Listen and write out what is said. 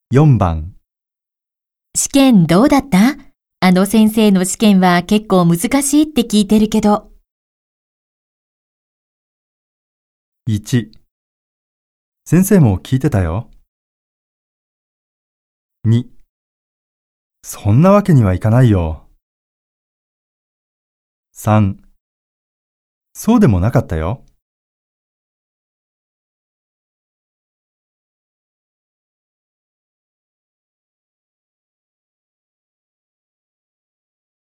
4番。 試験どうだった？あの先生の試験は結構難しいって聞いてるけど。 1、先生も聞いてたよ。2、そんなわけにはいかないよ。3、そうでもなかったよ。